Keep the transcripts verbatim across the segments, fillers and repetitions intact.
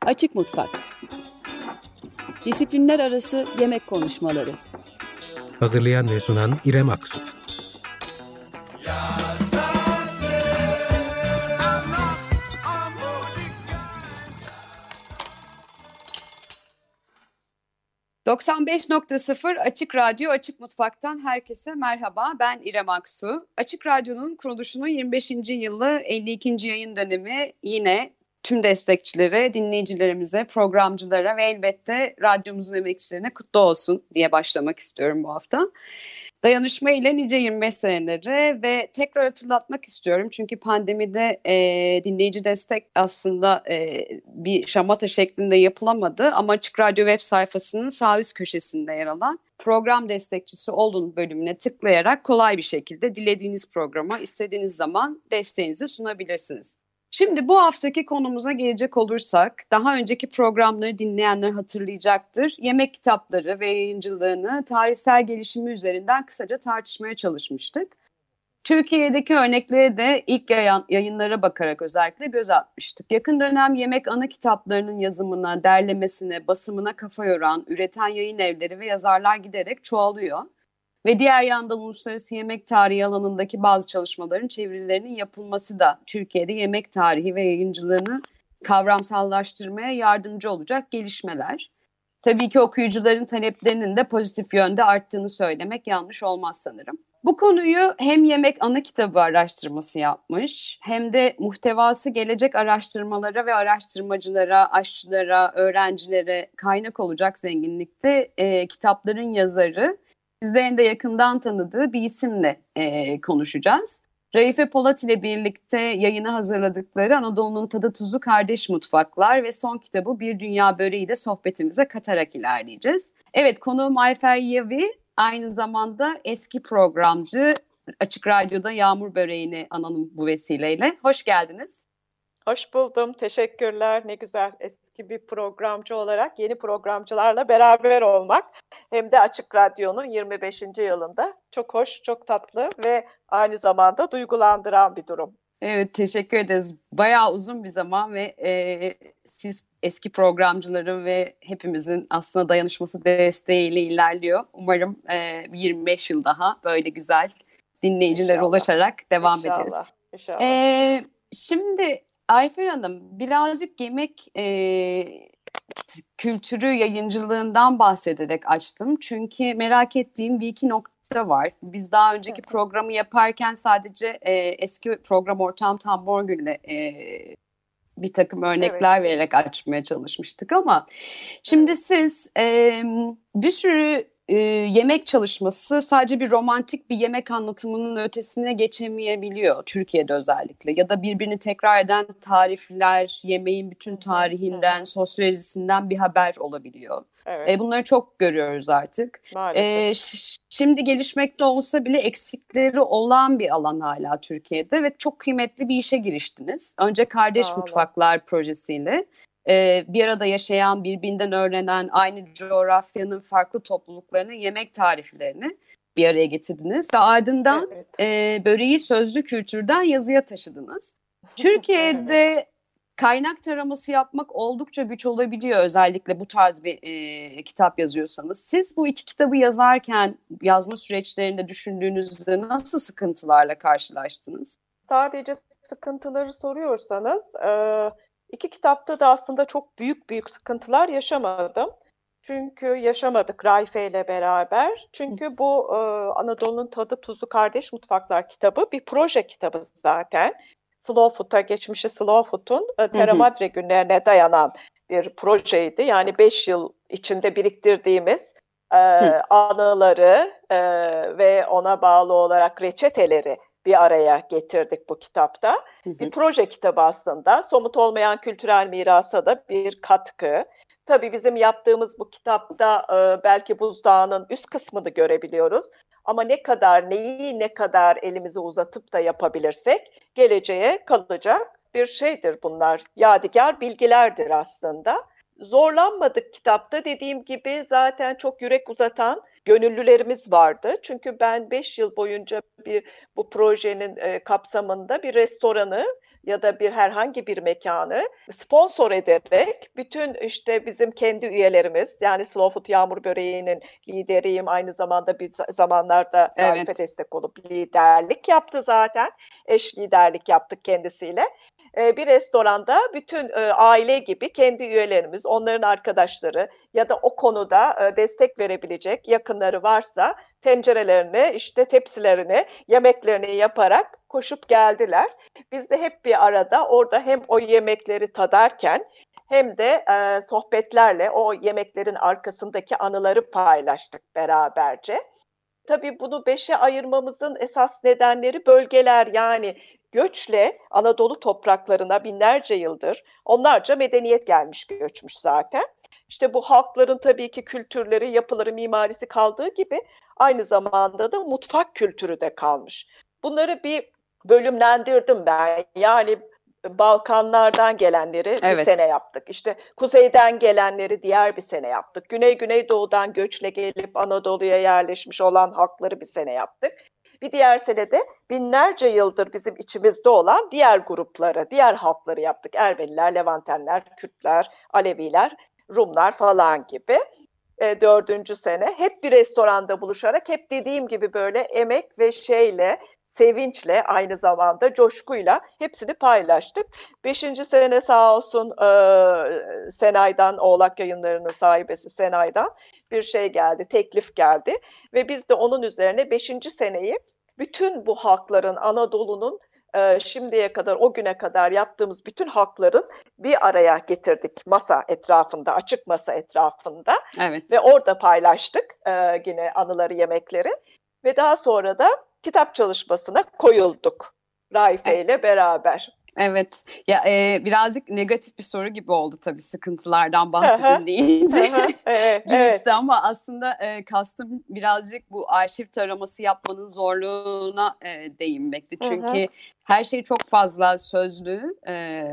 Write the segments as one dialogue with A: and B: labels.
A: Açık Mutfak. Disiplinler arası yemek konuşmaları.
B: Hazırlayan ve sunan İrem Aksu.
A: doksan beş nokta sıfır Açık Radyo Açık Mutfak'tan herkese merhaba. Ben İrem Aksu. Açık Radyo'nun kuruluşunun yirmi beşinci yılı elli ikinci yayın dönemi yine tüm destekçilere, dinleyicilerimize, programcılara ve elbette radyomuzun emekçilerine kutlu olsun diye başlamak istiyorum bu hafta. Dayanışma ile nice yirmi beş seneleri ve tekrar hatırlatmak istiyorum. Çünkü pandemide e, dinleyici destek aslında e, bir şamata şeklinde yapılamadı. Ama Açık Radyo web sayfasının sağ üst köşesinde yer alan program destekçisi olun bölümüne tıklayarak kolay bir şekilde dilediğiniz programa istediğiniz zaman desteğinizi sunabilirsiniz. Şimdi bu haftaki konumuza gelecek olursak, daha önceki programları dinleyenler hatırlayacaktır. Yemek kitapları ve yayıncılığını tarihsel gelişimi üzerinden kısaca tartışmaya çalışmıştık. Türkiye'deki örnekleri de ilk yayan, yayınlara bakarak özellikle göz atmıştık. Yakın dönem yemek ana kitaplarının yazımına, derlemesine, basımına kafa yoran, üreten yayın evleri ve yazarlar giderek çoğalıyor. Ve diğer yandan uluslararası yemek tarihi alanındaki bazı çalışmaların çevirilerinin yapılması da Türkiye'de yemek tarihi ve yayıncılığını kavramsallaştırmaya yardımcı olacak gelişmeler. Tabii ki okuyucuların taleplerinin de pozitif yönde arttığını söylemek yanlış olmaz sanırım. Bu konuyu hem Yemek Ana Kitabı araştırması yapmış, hem de muhtevası gelecek araştırmalara ve araştırmacılara, aşçılara, öğrencilere kaynak olacak zenginlikte e, kitapların yazarı, sizlerin de yakından tanıdığı bir isimle e, konuşacağız. Raife Polat ile birlikte yayını hazırladıkları Anadolu'nun Tadı Tuzu Kardeş Mutfaklar ve son kitabı Bir Dünya Böreği de sohbetimize katarak ilerleyeceğiz. Evet, konuğum Ayfer Yavi, aynı zamanda eski programcı, Açık Radyo'da Yağmur Böreği'ni analım bu vesileyle. Hoş geldiniz.
C: Hoş buldum. Teşekkürler. Ne güzel eski bir programcı olarak yeni programcılarla beraber olmak. Hem de Açık Radyo'nun yirmi beşinci yılında. Çok hoş, çok tatlı ve aynı zamanda duygulandıran bir durum.
A: Evet, teşekkür ederiz. Bayağı uzun bir zaman ve e, siz eski programcıların ve hepimizin aslında dayanışması desteğiyle ilerliyor. Umarım e, yirmi beş yıl daha böyle güzel dinleyicilere İnşallah. ulaşarak devam
C: İnşallah.
A: ederiz.
C: İnşallah.
A: E, şimdi Ayfer Hanım, birazcık yemek e, kültürü yayıncılığından bahsederek açtım. Çünkü merak ettiğim bir iki nokta var. Biz daha önceki programı yaparken sadece e, eski program ortağım Tam Morgül'le e, bir takım örnekler evet. vererek açmaya çalışmıştık ama şimdi evet. siz e, bir sürü e, yemek çalışması sadece bir romantik bir yemek anlatımının ötesine geçemeyebiliyor Türkiye'de özellikle, ya da birbirini tekrar eden tarifler, yemeğin bütün tarihinden, evet. sosyolojisinden bir haber olabiliyor. Evet. E, bunları çok görüyoruz artık. E, ş- şimdi gelişmekte olsa bile eksikleri olan bir alan hala Türkiye'de ve çok kıymetli bir işe giriştiniz. Önce Kardeş Mutfaklar projesiyle e, bir arada yaşayan, birbirinden öğrenen, aynı coğrafyanın farklı topluluklarının yemek tariflerini bir araya getirdiniz ve ardından evet. e, böreği sözlü kültürden yazıya taşıdınız. Türkiye'de evet. kaynak taraması yapmak oldukça güç olabiliyor, özellikle bu tarz bir e, kitap yazıyorsanız. Siz bu iki kitabı yazarken yazma süreçlerinde düşündüğünüzde nasıl sıkıntılarla karşılaştınız?
C: Sadece sıkıntıları soruyorsanız e, iki kitapta da aslında çok büyük büyük sıkıntılar yaşamadım. Çünkü yaşamadık Raife ile beraber. Çünkü bu e, Anadolu'nun Tadı Tuzu Kardeş Mutfaklar kitabı bir proje kitabı zaten. Slow Food'a, geçmişi Slow Food'un e, Terra Madre günlerine dayanan bir projeydi. Yani beş yıl içinde biriktirdiğimiz e, anıları e, ve ona bağlı olarak reçeteleri bir araya getirdik bu kitapta. Hı hı. Bir proje kitabı aslında. Somut olmayan kültürel mirasa da bir katkı. Tabii bizim yaptığımız bu kitapta e, belki buzdağının üst kısmını görebiliyoruz. Ama ne kadar, neyi ne kadar elimizi uzatıp da yapabilirsek geleceğe kalacak bir şeydir bunlar. Yadigar bilgilerdir aslında. Zorlanmadık kitapta, dediğim gibi zaten çok yürek uzatan gönüllülerimiz vardı. Çünkü ben beş yıl boyunca bir bu projenin e, kapsamında bir restoranı ya da bir herhangi bir mekanı sponsor ederek bütün işte bizim kendi üyelerimiz, yani Slow Food Yağmur Böreği'nin lideriyim, aynı zamanda bir zamanlarda Raife
A: Evet.
C: destek olup liderlik yaptı zaten. Eş liderlik yaptık kendisiyle. Bir restoranda bütün aile gibi kendi üyelerimiz, onların arkadaşları ya da o konuda destek verebilecek yakınları varsa tencerelerini, işte tepsilerini, yemeklerini yaparak koşup geldiler. Biz de hep bir arada orada hem o yemekleri tadarken hem de e, sohbetlerle o yemeklerin arkasındaki anıları paylaştık beraberce. Tabii bunu beşe ayırmamızın esas nedenleri bölgeler, yani göçle Anadolu topraklarına binlerce yıldır onlarca medeniyet gelmiş, göçmüş zaten. İşte bu halkların tabii ki kültürleri, yapıları, mimarisi kaldığı gibi aynı zamanda da mutfak kültürü de kalmış. Bunları bir bölümlendirdim ben. Yani Balkanlardan gelenleri
A: Evet.
C: bir sene yaptık. İşte kuzeyden gelenleri diğer bir sene yaptık. Güney Güneydoğu'dan göçle gelip Anadolu'ya yerleşmiş olan halkları bir sene yaptık. Bir diğer senede binlerce yıldır bizim içimizde olan diğer grupları, diğer halkları yaptık. Ermeniler, Levantenler, Kürtler, Aleviler, Rumlar falan gibi. E, dördüncü sene hep bir restoranda buluşarak, hep dediğim gibi böyle emek ve şeyle, sevinçle, aynı zamanda coşkuyla hepsini paylaştık. Beşinci sene sağ olsun e, Senay'dan, Oğlak Yayınları'nın sahibesi Senay'dan bir şey geldi, teklif geldi. Ve biz de onun üzerine beşinci seneyi bütün bu halkların, Anadolu'nun e, şimdiye kadar, o güne kadar yaptığımız bütün halkların bir araya getirdik masa etrafında, açık masa etrafında.
A: Evet.
C: Ve orada paylaştık e, yine anıları, yemekleri. Ve daha sonra da kitap çalışmasına koyulduk Raife ile beraber.
A: Evet. Ya e, birazcık negatif bir soru gibi oldu tabii, sıkıntılardan bahsedin deyince.
C: Evet,
A: Girişte
C: evet.
A: ama aslında e, kastım birazcık bu arşiv taraması yapmanın zorluğuna e, değinmekti. Çünkü
C: Hı hı.
A: her şey çok fazla sözlü e,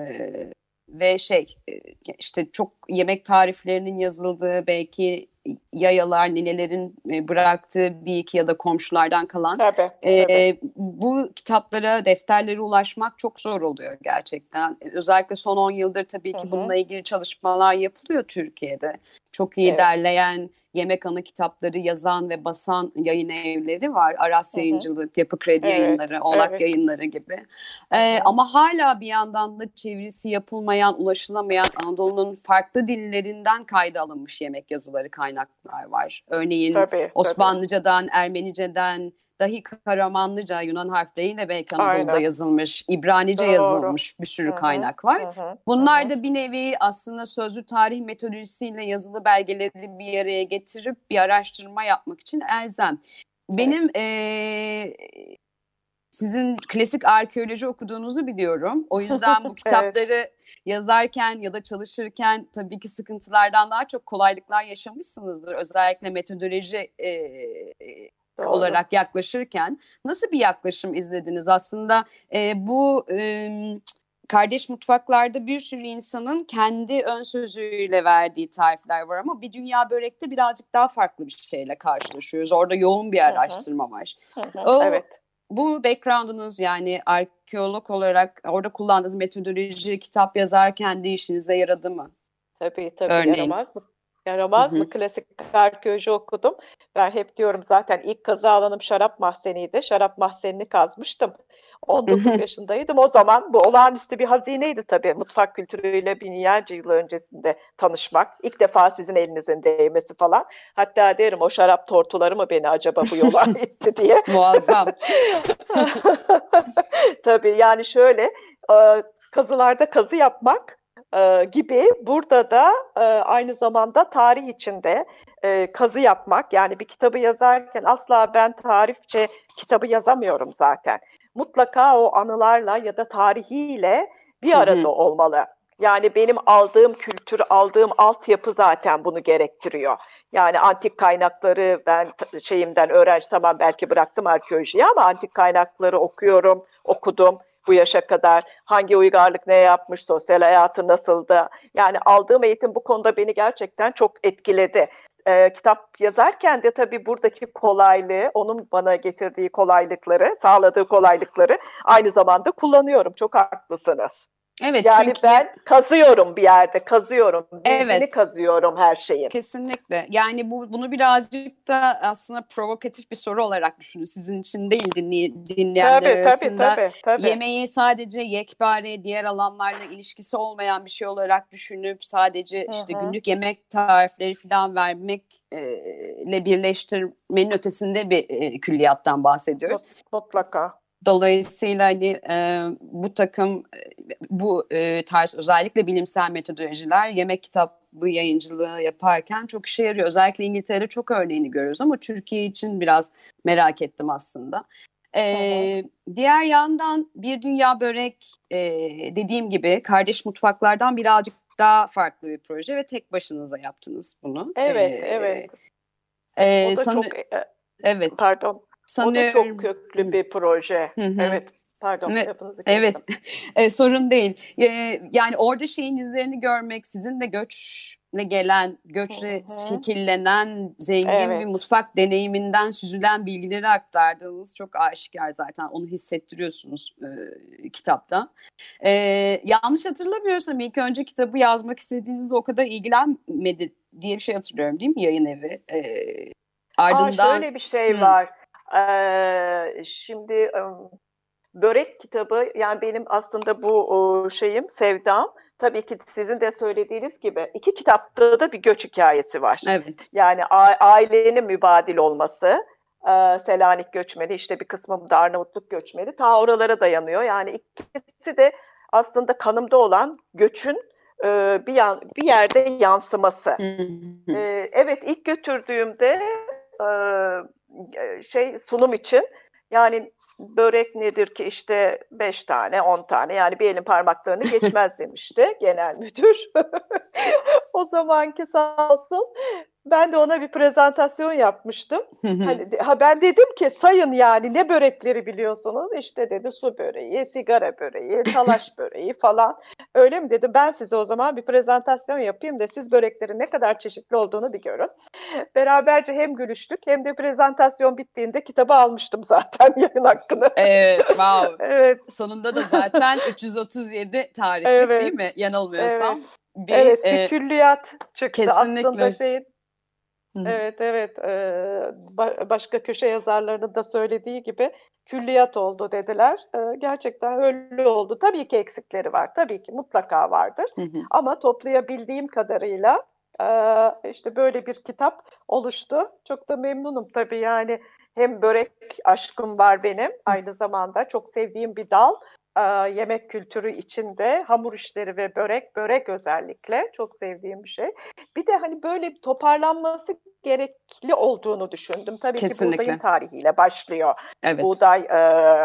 A: ve şey e, işte çok yemek tariflerinin yazıldığı, belki yayalar, ninelerin e, bıraktığı bir iki ya da komşulardan kalan
C: Tabii,
A: e,
C: tabii.
A: bu kitaplara, defterlere ulaşmak çok zor oluyor gerçekten. Özellikle son on yıldır tabii ki
C: Hı hı.
A: bununla ilgili çalışmalar yapılıyor Türkiye'de. Çok iyi
C: Evet.
A: derleyen, yemek anı kitapları yazan ve basan yayın evleri var. Aras
C: Hı hı.
A: Yayıncılık, Yapı Kredi
C: Evet,
A: Yayınları, Oğlak
C: evet.
A: Yayınları gibi.
C: Hı
A: Ee,
C: hı.
A: ama hala bir yandan da çevirisi yapılmayan, ulaşılamayan Anadolu'nun farklı dillerinden kayda alınmış yemek yazıları, kaynaklar var. Örneğin
C: Tabii, tabii.
A: Osmanlıcadan, Ermenice'den, dahi Karamanlıca, Yunan harfleriyle belki Anadolu'da
C: Aynen.
A: yazılmış, İbranice
C: Doğru.
A: yazılmış bir
C: Hı
A: sürü
C: hı.
A: kaynak var.
C: Hı hı.
A: Bunlar
C: Hı hı.
A: da bir nevi aslında sözlü tarih metodolojisiyle yazılı belgeleri bir araya getirip bir araştırma yapmak için elzem. Benim
C: Evet.
A: eee, sizin klasik arkeoloji okuduğunuzu biliyorum. O yüzden bu
C: Evet.
A: kitapları yazarken ya da çalışırken tabii ki sıkıntılardan daha çok kolaylıklar yaşamışsınızdır. Özellikle metodoloji eee,
C: Doğru.
A: olarak yaklaşırken nasıl bir yaklaşım izlediniz? Aslında e, bu e, kardeş mutfaklarda bir sürü insanın kendi ön sözüyle verdiği tarifler var ama bir dünya börekte birazcık daha farklı bir şeyle karşılaşıyoruz. Orada yoğun bir
C: Hı hı.
A: araştırma var.
C: Hı hı.
A: O
C: Evet.
A: bu background'unuz, yani arkeolog olarak orada kullandığınız metodoloji kitap yazarken de işinize yaradı mı?
C: Tabii tabii,
A: Örneğin.
C: yaramaz mı?
A: Hı
C: Yaramaz
A: hı.
C: mı? Klasik arkeoloji okudum. Ben hep diyorum zaten, ilk kazı alanım şarap mahzeniydi. Şarap mahzenini kazmıştım. on dokuz yaşındaydım. O zaman bu olağanüstü bir hazineydi tabii. Mutfak kültürüyle binlerce yıl öncesinde tanışmak. İlk defa sizin elinizin değmesi falan. Hatta derim, o şarap tortuları mı beni acaba bu yola itti diye.
A: Muazzam.
C: Tabii, yani şöyle e, kazılarda kazı yapmak e, gibi, burada da e, aynı zamanda tarih içinde e, kazı yapmak. Yani bir kitabı yazarken asla ben tarihçe kitabı yazamıyorum zaten. Mutlaka o anılarla ya da tarihiyle bir
A: Hı
C: arada
A: hı.
C: olmalı. Yani benim aldığım kültür, aldığım altyapı zaten bunu gerektiriyor. Yani antik kaynakları ben t- şeyimden öğrenci, tamam belki bıraktım arkeolojiyi ama antik kaynakları okuyorum, okudum bu yaşa kadar. Hangi uygarlık ne yapmış, sosyal hayatı nasıldı? Yani aldığım eğitim bu konuda beni gerçekten çok etkiledi. e, kitap yazarken de tabii buradaki kolaylığı, onun bana getirdiği kolaylıkları, sağladığı kolaylıkları aynı zamanda kullanıyorum. Çok haklısınız.
A: Evet,
C: Yani
A: çünkü
C: ben kazıyorum bir yerde, kazıyorum. Bilgini
A: evet,
C: kazıyorum her şeyin.
A: kesinlikle. Yani bu bunu birazcık da aslında provokatif bir soru olarak düşünün. Sizin için değil, dinley- dinleyenler
C: Tabii, tabii,
A: arasında.
C: tabii, tabii.
A: Yemeği sadece yekpare, diğer alanlarla ilişkisi olmayan bir şey olarak düşünüp sadece işte
C: Hı hı.
A: günlük yemek tarifleri falan vermekle birleştirmenin ötesinde bir e, külliyattan bahsediyoruz.
C: Mutlaka.
A: Dolayısıyla hani e, bu takım bu e, tarz özellikle bilimsel metodolojiler yemek kitabı yayıncılığı yaparken çok işe yarıyor. Özellikle İngiltere'de çok örneğini görüyoruz ama Türkiye için biraz merak ettim aslında. E,
C: Hı hı.
A: Diğer yandan Bir Dünya Börek e, dediğim gibi kardeş mutfaklardan birazcık daha farklı bir proje ve tek başınıza yaptınız bunu.
C: Evet,
A: E,
C: evet.
A: e,
C: O da
A: sanı-
C: çok, e,
A: evet
C: pardon, o da çok
A: sanıyorum.
C: köklü bir proje.
A: Hı hı.
C: Evet, pardon,
A: Evet,
C: lafınızı
A: evet.
C: kestim.
A: E, sorun değil. E, yani orada şeyin izlerini görmek, sizin de göçle gelen, göçle
C: Hı hı.
A: şekillenen zengin bir
C: Evet.
A: mutfak deneyiminden süzülen bilgileri aktardığınız çok aşikar zaten. Onu hissettiriyorsunuz e, kitapta. E, Yanlış hatırlamıyorsam ilk önce kitabı yazmak istediğinizde o kadar ilgilenmedi diye bir şey hatırlıyorum, değil mi yayın evi? E,
C: Aa,
A: ardından...
C: şöyle bir şey
A: Hı,
C: var. Ee, şimdi ım, Börek kitabı, yani benim aslında bu o, şeyim, sevdam. Tabii ki sizin de söylediğiniz gibi iki kitapta da bir göç hikayesi var.
A: evet.
C: Yani a- ailenin mübadil olması, e, Selanik göçmeni, işte bir kısmı da Arnavutluk göçmeni, ta oralara dayanıyor. Yani ikisi de aslında kanımda olan göçün e, bir, yan, bir yerde yansıması.
A: Hı hı.
C: E, evet, ilk götürdüğümde e, şey sunum için, yani börek nedir ki işte beş tane, on tane, yani bir elin parmaklarını geçmez demişti genel müdür. O zamanki sağ olsun. Ben de ona bir prezentasyon yapmıştım.
A: Hı hı.
C: Hani ha ben dedim ki sayın, yani ne börekleri biliyorsunuz? İşte dedi su böreği, sigara böreği, talaş böreği falan. Öyle mi dedim? Ben size o zaman bir prezentasyon yapayım da siz böreklerin ne kadar çeşitli olduğunu bir görün. Beraberce hem gülüştük hem de prezentasyon bittiğinde kitabı almıştım zaten, yayın hakkını.
A: Evet, wow.
C: Evet.
A: Sonunda da zaten üç yüz otuz yedi tariflik,
C: Evet.
A: değil mi? Yanılmıyorsam.
C: Evet.
A: Bir
C: Evet, bir
A: e,
C: külliyat çıktı. Aslında
A: kesinlikle.
C: şeyin,
A: Hı hı.
C: evet, evet, eee, ba- başka köşe yazarlarının da söylediği gibi külliyat oldu dediler. Eee, gerçekten öyle oldu. Tabii ki eksikleri var. Tabii ki mutlaka vardır.
A: Hı hı.
C: Ama toplayabildiğim kadarıyla eee, işte böyle bir kitap oluştu. Çok da memnunum tabii, yani hem börek aşkım var benim, aynı zamanda çok sevdiğim bir dal. Eee, yemek kültürü içinde hamur işleri ve börek, börek özellikle çok sevdiğim bir şey. Bir de hani böyle bir toparlanması gerekli olduğunu düşündüm. Tabii ki buğdayın
A: Kesinlikle.
C: tarihiyle başlıyor.
A: Evet.
C: Buğday e,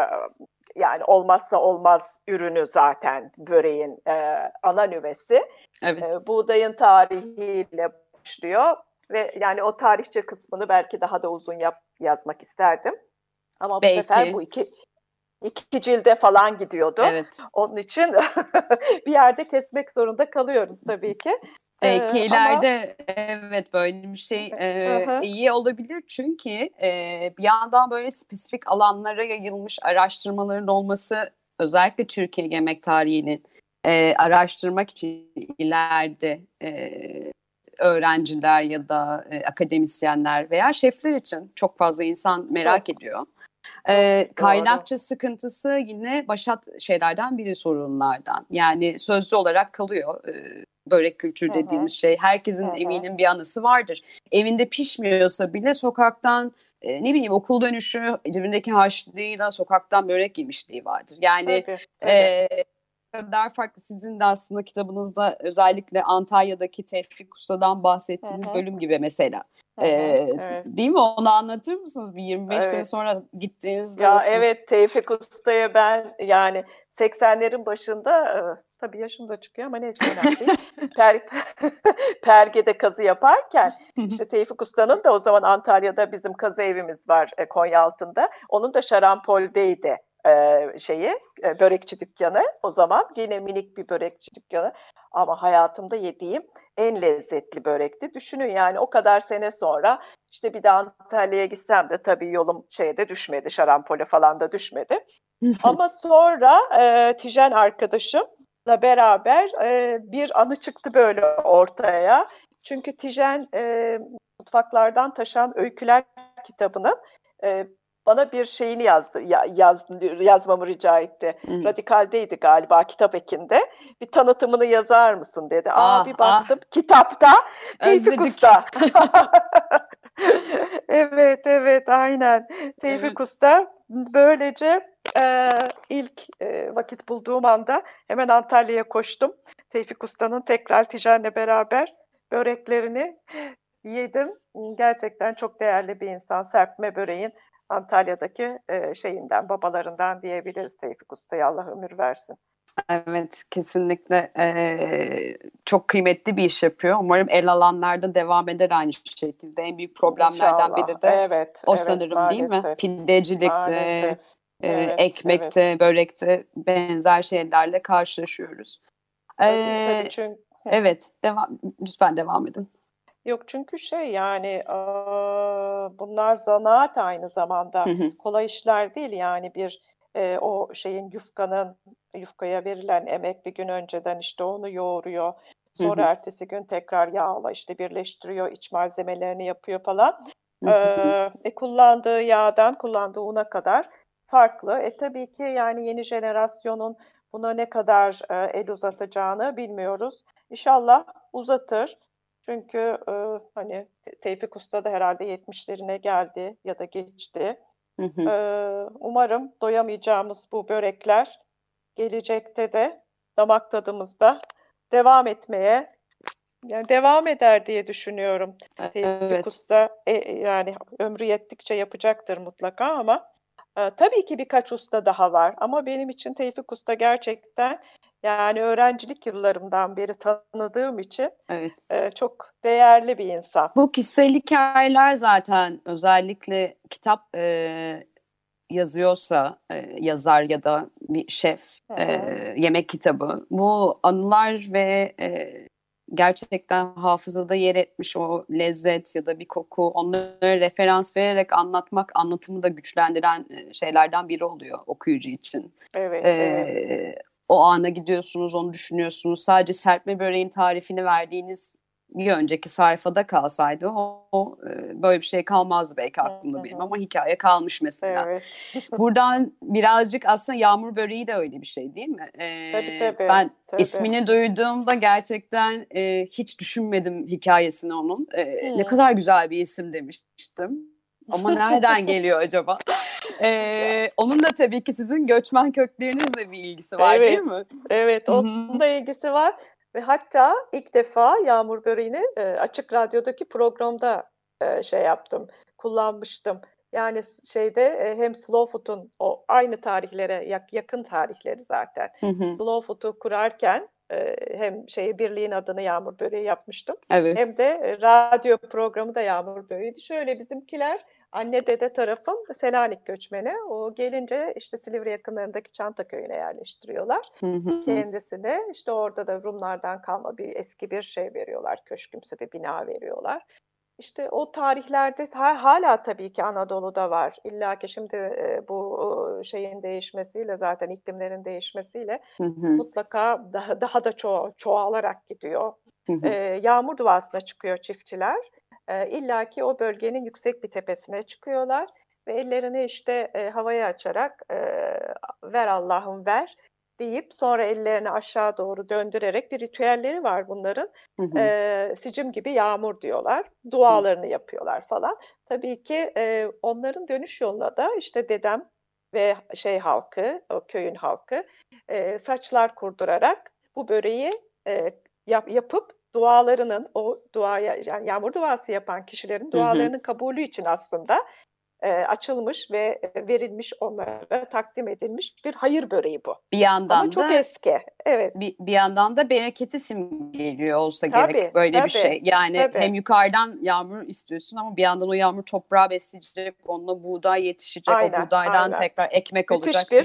C: yani olmazsa olmaz ürünü zaten böreğin e, ana nüvesi.
A: Evet.
C: E, buğdayın tarihiyle başlıyor ve yani o tarihçe kısmını belki daha da uzun yap, yazmak isterdim. Ama bu sefer bu
A: Belki.
C: iki iki cilde falan gidiyordu.
A: Evet.
C: Onun için bir yerde kesmek zorunda kalıyoruz tabii ki.
A: Belki
C: Ee, ama
A: ileride evet böyle bir şey
C: hı
A: e,
C: hı,
A: iyi olabilir çünkü e, bir yandan böyle spesifik alanlara yayılmış araştırmaların olması özellikle Türkiye yemek tarihinin e, araştırmak için ileride e, öğrenciler ya da e, akademisyenler veya şefler için çok fazla insan merak
C: çok
A: ediyor.
C: çok
A: Ee,
C: doğru.
A: kaynakça sıkıntısı yine başat şeylerden biri, sorunlardan. Yani sözlü olarak kalıyor. Ee, börek kültürü
C: Hı hı,
A: dediğimiz şey.
C: hı
A: Herkesin
C: hı.
A: eminim bir anısı vardır. Evinde pişmiyorsa bile sokaktan e, ne bileyim okul dönüşü cebindeki harçlığıyla sokaktan börek yemişliği vardır. Yani
C: Tabii, tabii.
A: e, kadar farklı, sizin de aslında kitabınızda özellikle Antalya'daki Tevfik Usta'dan
C: Hı
A: bahsettiğiniz
C: hı,
A: bölüm gibi mesela.
C: hı hı.
A: Ee,
C: Evet,
A: değil mi? Onu anlatır mısınız? Bir yirmi beş sene
C: evet.
A: sonra gittiğinizde
C: Ya
A: nasıl?
C: evet, Tevfik Usta'ya ben yani seksenlerin başında, e, tabii yaşım da çıkıyor ama neyse, önemli değil. Per, Perge'de kazı yaparken işte Tevfik Usta'nın da o zaman Antalya'da bizim kazı evimiz var, e, Konyaaltı'nda. Onun da Şarampol'deydi e, şeyi, e, börekçi dükkanı o zaman. Yine minik bir börekçi dükkanı. ama hayatımda yediğim en lezzetli börekti. Düşünün yani o kadar sene sonra işte bir de Antalya'ya gitsem de tabii yolum şeyde düşmedi, şarampole falan da düşmedi. Ama sonra e, Tijen arkadaşımla beraber e, bir anı çıktı böyle ortaya. Çünkü Tijen e, Mutfaklardan Taşan Öyküler kitabının e, bana bir şeyini yazdı, ya, yaz, yazmamı rica etti. Hmm. Radikal'deydi galiba, Kitap Eki'nde. Bir tanıtımını yazar mısın dedi. Aa, ah, bir baktım ah. kitapta Tevfik Usta. Evet, evet, aynen. Tevfik evet. Usta. Böylece e, ilk e, vakit bulduğum anda hemen Antalya'ya koştum. Tevfik Usta'nın tekrar Tijen'le beraber böreklerini yedim. Gerçekten çok değerli bir insan. Serpme böreğin Antalya'daki e, şeyinden, babalarından diyebiliriz Tevfik Usta'ya. Allah ömür versin.
A: Evet, kesinlikle ee, çok kıymetli bir iş yapıyor. Umarım el alanlarda devam eder aynı şekilde. En büyük problemlerden İnşallah. biri de evet, o evet, sanırım maalesef. Değil mi? Pidecilikte, e, evet, ekmekte, evet. börekte benzer şeylerle karşılaşıyoruz.
C: Tabii, ee, tabii çünkü...
A: Evet, devam, lütfen devam edin.
C: Yok çünkü şey yani bunlar zanaat aynı zamanda. Hı hı. Kolay işler değil yani bir e, o şeyin yufkanın yufkaya verilen emek bir gün önceden işte onu yoğuruyor. Sonra hı hı. ertesi gün tekrar yağla işte birleştiriyor, iç malzemelerini yapıyor falan. Hı hı. E, kullandığı yağdan kullandığı una kadar farklı. E tabii ki yani yeni jenerasyonun buna ne kadar e, el uzatacağını bilmiyoruz. İnşallah uzatır. Çünkü e, hani Tevfik Usta da herhalde yetmişlerine geldi ya da geçti. Hı hı. E, umarım doyamayacağımız bu börekler gelecekte de damak tadımızda devam etmeye yani devam eder diye düşünüyorum. Evet. Tevfik Usta e, yani ömrü yettikçe yapacaktır mutlaka ama e, tabii ki birkaç usta daha var. Ama benim için Tevfik Usta gerçekten yani öğrencilik yıllarımdan beri tanıdığım için evet. e, çok değerli bir insan.
A: Bu kişisel hikayeler zaten özellikle kitap e, yazıyorsa e, yazar ya da bir şef e, yemek kitabı. Bu anılar ve e, gerçekten hafızada yer etmiş o lezzet ya da bir koku onları referans vererek anlatmak anlatımı da güçlendiren şeylerden biri oluyor okuyucu için.
C: Evet,
A: ee,
C: evet.
A: O ana gidiyorsunuz, onu düşünüyorsunuz. Sadece serpme böreğin tarifini verdiğiniz bir önceki sayfada kalsaydı o, o böyle bir şey kalmazdı belki aklımda hı hı. benim ama hikaye kalmış mesela. Evet. Buradan birazcık aslında yağmur böreği de öyle bir şey değil mi? Ee,
C: tabii tabii.
A: Ben
C: tabii.
A: ismini duyduğumda gerçekten e, hiç düşünmedim hikayesini onun. E, ne kadar güzel bir isim demiştim. Ama nereden geliyor acaba? Ee, onun da tabii ki sizin göçmen köklerinizle bir ilgisi var
C: evet,
A: değil mi?
C: Evet, onun da ilgisi var. Ve hatta ilk defa yağmur böreğini e, Açık Radyo'daki programda e, şey yaptım, kullanmıştım. Yani şeyde e, hem Slow Food'un o aynı tarihlere yak, yakın tarihleri zaten. Hı hı. Slow Food'u kurarken e, hem şeyi birliğin adını yağmur böreği yapmıştım. Evet. Hem de e, radyo programı da yağmur böreğiydi. Şöyle bizimkiler anne dede tarafım Selanik göçmeni. O gelince işte Silivri yakınlarındaki Çantaköy'üne yerleştiriyorlar. Hı hı. Kendisine işte orada da Rumlardan kalma bir eski bir şey veriyorlar. Köşkümsü bir bina veriyorlar. İşte o tarihlerde hala tabii ki Anadolu'da var. İlla ki şimdi e, bu şeyin değişmesiyle zaten iklimlerin değişmesiyle hı hı. mutlaka daha, daha da ço- çoğalarak gidiyor. Hı hı. E, yağmur duasına çıkıyor çiftçiler. E, İlla ki o bölgenin yüksek bir tepesine çıkıyorlar ve ellerini işte e, havaya açarak e, ver Allah'ım ver deyip sonra ellerini aşağı doğru döndürerek bir ritüelleri var bunların. Hı hı. E, sicim gibi yağmur diyorlar. Dualarını hı. yapıyorlar falan. Tabii ki e, onların dönüş yoluna da işte dedem ve şey halkı, o köyün halkı e, saçlar kurdurarak bu böreği e, yap, yapıp dualarının o duaya yani yağmur duası yapan kişilerin dualarının hı hı. kabulü için aslında e, açılmış ve verilmiş onlara takdim edilmiş bir hayır böreği bu.
A: Bir yandan
C: Ama çok
A: da,
C: eski. Evet.
A: Bir, bir yandan da bereketi simgeliyor olsa tabii, gerek böyle tabii, bir şey. Yani tabii. Hem yukarıdan yağmur istiyorsun ama bir yandan o yağmur toprağı besleyecek, onunla buğday yetişecek, aynen, o buğdaydan aynen. tekrar ekmek müthiş olacak
C: bir,
A: diye.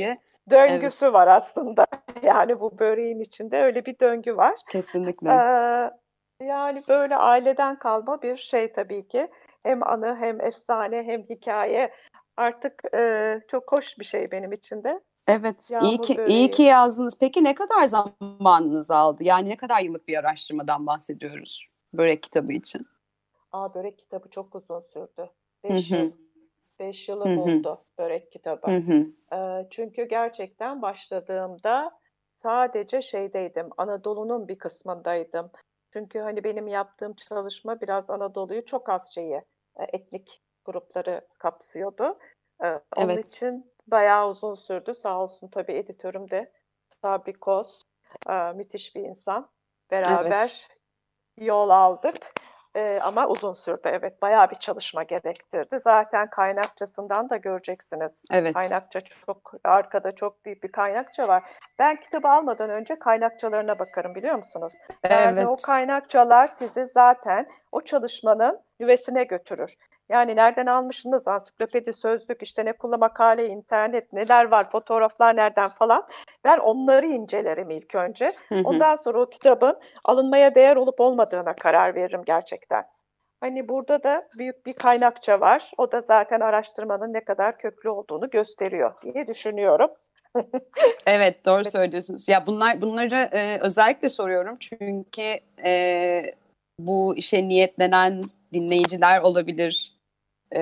C: döngüsü evet. var aslında. Yani bu böreğin içinde öyle bir döngü var.
A: Kesinlikle.
C: Ee, yani böyle aileden kalma bir şey tabii ki. Hem anı hem efsane hem hikaye. Artık e, çok hoş bir şey benim için de.
A: Evet, iyi
C: Yağmur
A: ki iyi ki
C: böreği.
A: yazdınız. Peki ne kadar zamanınız aldı? Yani ne kadar yıllık bir araştırmadan bahsediyoruz börek kitabı için?
C: Aa, börek kitabı çok uzun sürdü.
A: Hı
C: Beş
A: hı.
C: yıl. Beş
A: Hı
C: yılı
A: hı.
C: buldu börek kitabı.
A: Hı hı.
C: Ee, çünkü gerçekten başladığımda sadece şeydeydim, Anadolu'nun bir kısmındaydım. Çünkü hani benim yaptığım çalışma biraz Anadolu'yu çok az şeyi, e, etnik grupları kapsıyordu. Ee, onun
A: Evet.
C: için bayağı uzun sürdü. Sağ olsun tabii editörüm de Sabri Koz, e, müthiş bir insan.
A: Evet.
C: Beraber yol aldık. Ee, ama uzun sürdü. Evet, bayağı bir çalışma gerektirdi. Zaten kaynakçasından da göreceksiniz.
A: Evet.
C: Kaynakça çok, arkada çok büyük bir kaynakça var. Ben kitabı almadan önce kaynakçalarına bakarım, biliyor musunuz? Yani o
A: Evet.
C: kaynakçalar sizi zaten o çalışmanın nüvesine götürür. Yani nereden almışsınız, ansiklopedi, sözlük, işte ne kullan, makale, internet, neler var, fotoğraflar nereden falan. Ben onları incelerim ilk önce.
A: Hı hı.
C: Ondan sonra o kitabın alınmaya değer olup olmadığına karar veririm gerçekten. Hani burada da büyük bir kaynakça var. O da zaten araştırmanın ne kadar köklü olduğunu gösteriyor diye düşünüyorum.
A: Evet, doğru
C: Evet.
A: söylüyorsunuz. Ya bunlar bunları e, özellikle soruyorum çünkü e, bu işe niyetlenen dinleyiciler olabilir. E,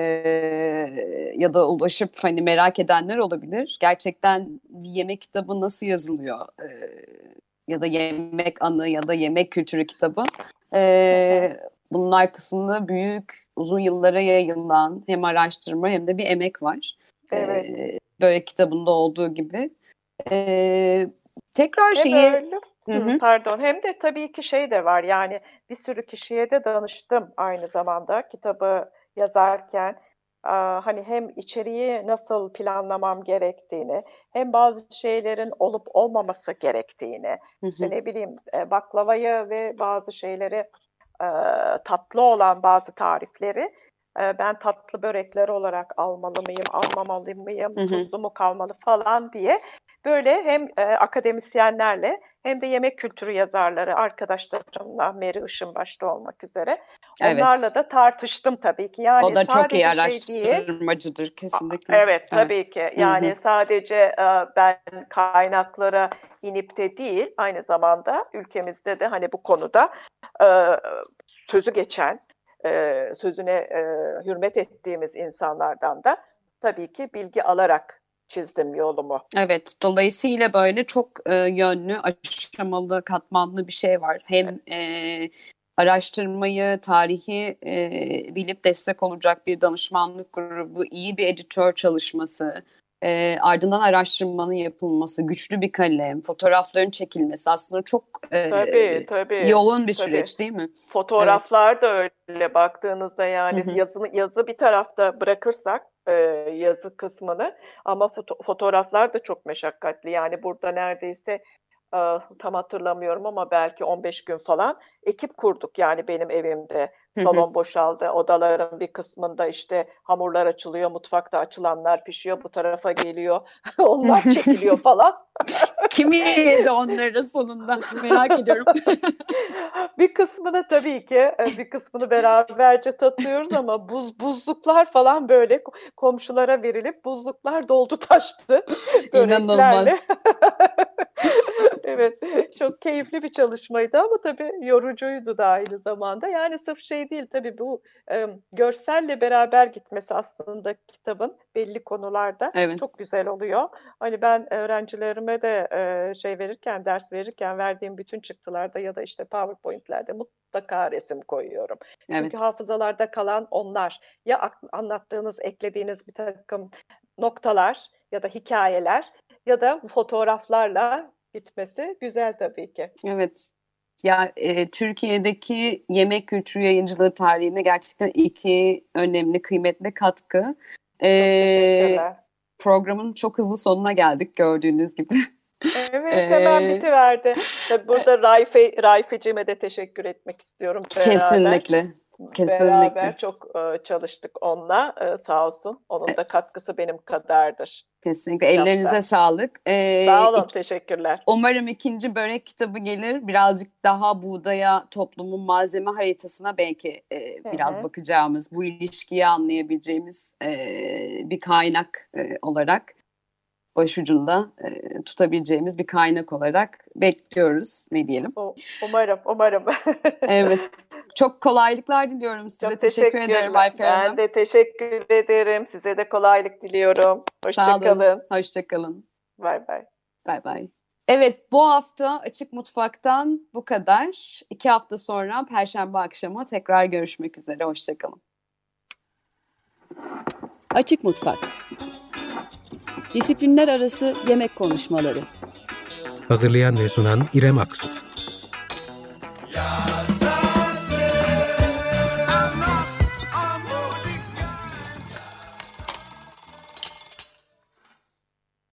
A: Ya da ulaşıp hani merak edenler olabilir. Gerçekten bir yemek kitabı nasıl yazılıyor? E, ya da yemek anı ya da yemek kültürü kitabı. E, bunun arkasında büyük, uzun yıllara yayılan hem araştırma hem de bir emek var.
C: Evet.
A: E, böyle kitabında olduğu gibi. Ee, tekrar
C: Hem
A: şeyi
C: öyle,
A: hı
C: hı,
A: hı,
C: pardon, hem de tabii ki şey de var, yani bir sürü kişiye de danıştım aynı zamanda kitabı yazarken. Aa, hani hem içeriği nasıl planlamam gerektiğini, hem bazı şeylerin olup olmaması gerektiğini,
A: hı
C: işte
A: hı.
C: ne bileyim, e, baklavayı ve bazı şeyleri, e, tatlı olan bazı tarifleri e, ben tatlı börekler olarak almalı mıyım, almamalı mıyım,
A: Hı hı.
C: tuzlu mu kalmalı falan diye. Böyle hem e, akademisyenlerle hem de yemek kültürü yazarları arkadaşlarımla, Meri Işın başta olmak üzere, onlarla
A: Evet.
C: da tartıştım tabii ki.
A: O
C: Yani
A: da çok iyi
C: sadece şey değil.
A: araştırmacıdır
C: A-
A: kesinlikle.
C: Evet,
A: Evet.
C: tabii ki.
A: Hı hı.
C: Yani sadece e, ben kaynaklara inip de değil, aynı zamanda ülkemizde de hani bu konuda e, sözü geçen, e, sözüne e, hürmet ettiğimiz insanlardan da tabii ki bilgi alarak çizdim yolumu.
A: Evet, dolayısıyla böyle çok e, yönlü, aşamalı, katmanlı bir şey var. Hem e, araştırmayı, tarihi e, bilip destek olacak bir danışmanlık grubu, iyi bir editör çalışması, e, ardından araştırmanın yapılması, güçlü bir kalem, fotoğrafların çekilmesi aslında çok e,
C: Tabii, tabii,
A: yoğun bir
C: tabii.
A: süreç değil mi? Evet.
C: Fotoğraflar da öyle baktığınızda,
A: Hı
C: yani
A: hı.
C: yazı, yazı bir tarafta bırakırsak e, yazı kısmını, ama foto- fotoğraflar da çok meşakkatli. Yani burada neredeyse e, tam hatırlamıyorum ama belki on beş gün falan ekip kurduk yani benim evimde.
A: Hı hı.
C: Salon boşaldı. Odaların bir kısmında işte hamurlar açılıyor, mutfakta açılanlar pişiyor, bu tarafa geliyor. Onlar çekiliyor falan.
A: Kim yedi onları sonunda? Merak ediyorum.
C: Bir kısmını tabii ki, e, bir kısmını beraberce tatıyoruz ama buz buzluklar falan böyle komşulara verilip buzluklar doldu taştı böreklerle.
A: İnanılmaz.
C: Evet, çok keyifli bir çalışmaydı ama tabii yorucuydu da aynı zamanda. Yani sırf şey değil tabii, bu e, görselle beraber gitmesi aslında kitabın belli konularda
A: Evet.
C: çok güzel oluyor. Hani ben öğrencilerime de e, şey verirken, ders verirken verdiğim bütün çıktılarda ya da işte PowerPoint'lerde mutlaka resim koyuyorum.
A: Evet.
C: Çünkü hafızalarda kalan onlar. Ya ak- anlattığınız, eklediğiniz bir takım noktalar ya da hikayeler ya da fotoğraflarla gitmesi güzel tabii ki.
A: Evet. Ya e, Türkiye'deki yemek kültürü yayıncılığı tarihine gerçekten iki önemli, kıymetli katkı.
C: Çok
A: E,
C: teşekkürler.
A: programın çok hızlı sonuna geldik gördüğünüz gibi.
C: Evet, hemen
A: E,
C: bitiverdi. Tabii burada Raife, Raifeciğime de teşekkür etmek istiyorum beraber.
A: Kesinlikle. Kesinlikle.
C: Beraber çok e, çalıştık onunla. E, sağ olsun. Onun da katkısı benim kadardır.
A: Kesinlikle. Ellerinize
C: Kitapta.
A: sağlık. Ee,
C: Sağ olun,
A: ik-
C: teşekkürler.
A: Umarım ikinci börek kitabı gelir. Birazcık daha buğdaya, toplumun malzeme haritasına belki e,
C: Hı
A: biraz
C: hı.
A: bakacağımız, bu ilişkiyi anlayabileceğimiz e, bir kaynak e, olarak, başucunda e, tutabileceğimiz bir kaynak olarak bekliyoruz. Ne diyelim?
C: U- Umarım, umarım.
A: Evet. Çok kolaylıklar diliyorum size.
C: Çok
A: Teşekkür ederim
C: teşekkürler.
A: Ayfer
C: Ben
A: Hanım.
C: de teşekkür ederim. Size de kolaylık diliyorum.
A: Sağ
C: Hoşça
A: olun.
C: kalın.
A: Hoşça kalın.
C: Bay bay.
A: Bay bay. Evet, bu hafta Açık Mutfak'tan bu kadar. İki hafta sonra Perşembe akşamı tekrar görüşmek üzere. Hoşça kalın.
D: Açık Mutfak. Disiplinler arası yemek konuşmaları.
B: Hazırlayan ve sunan İrem Aksu.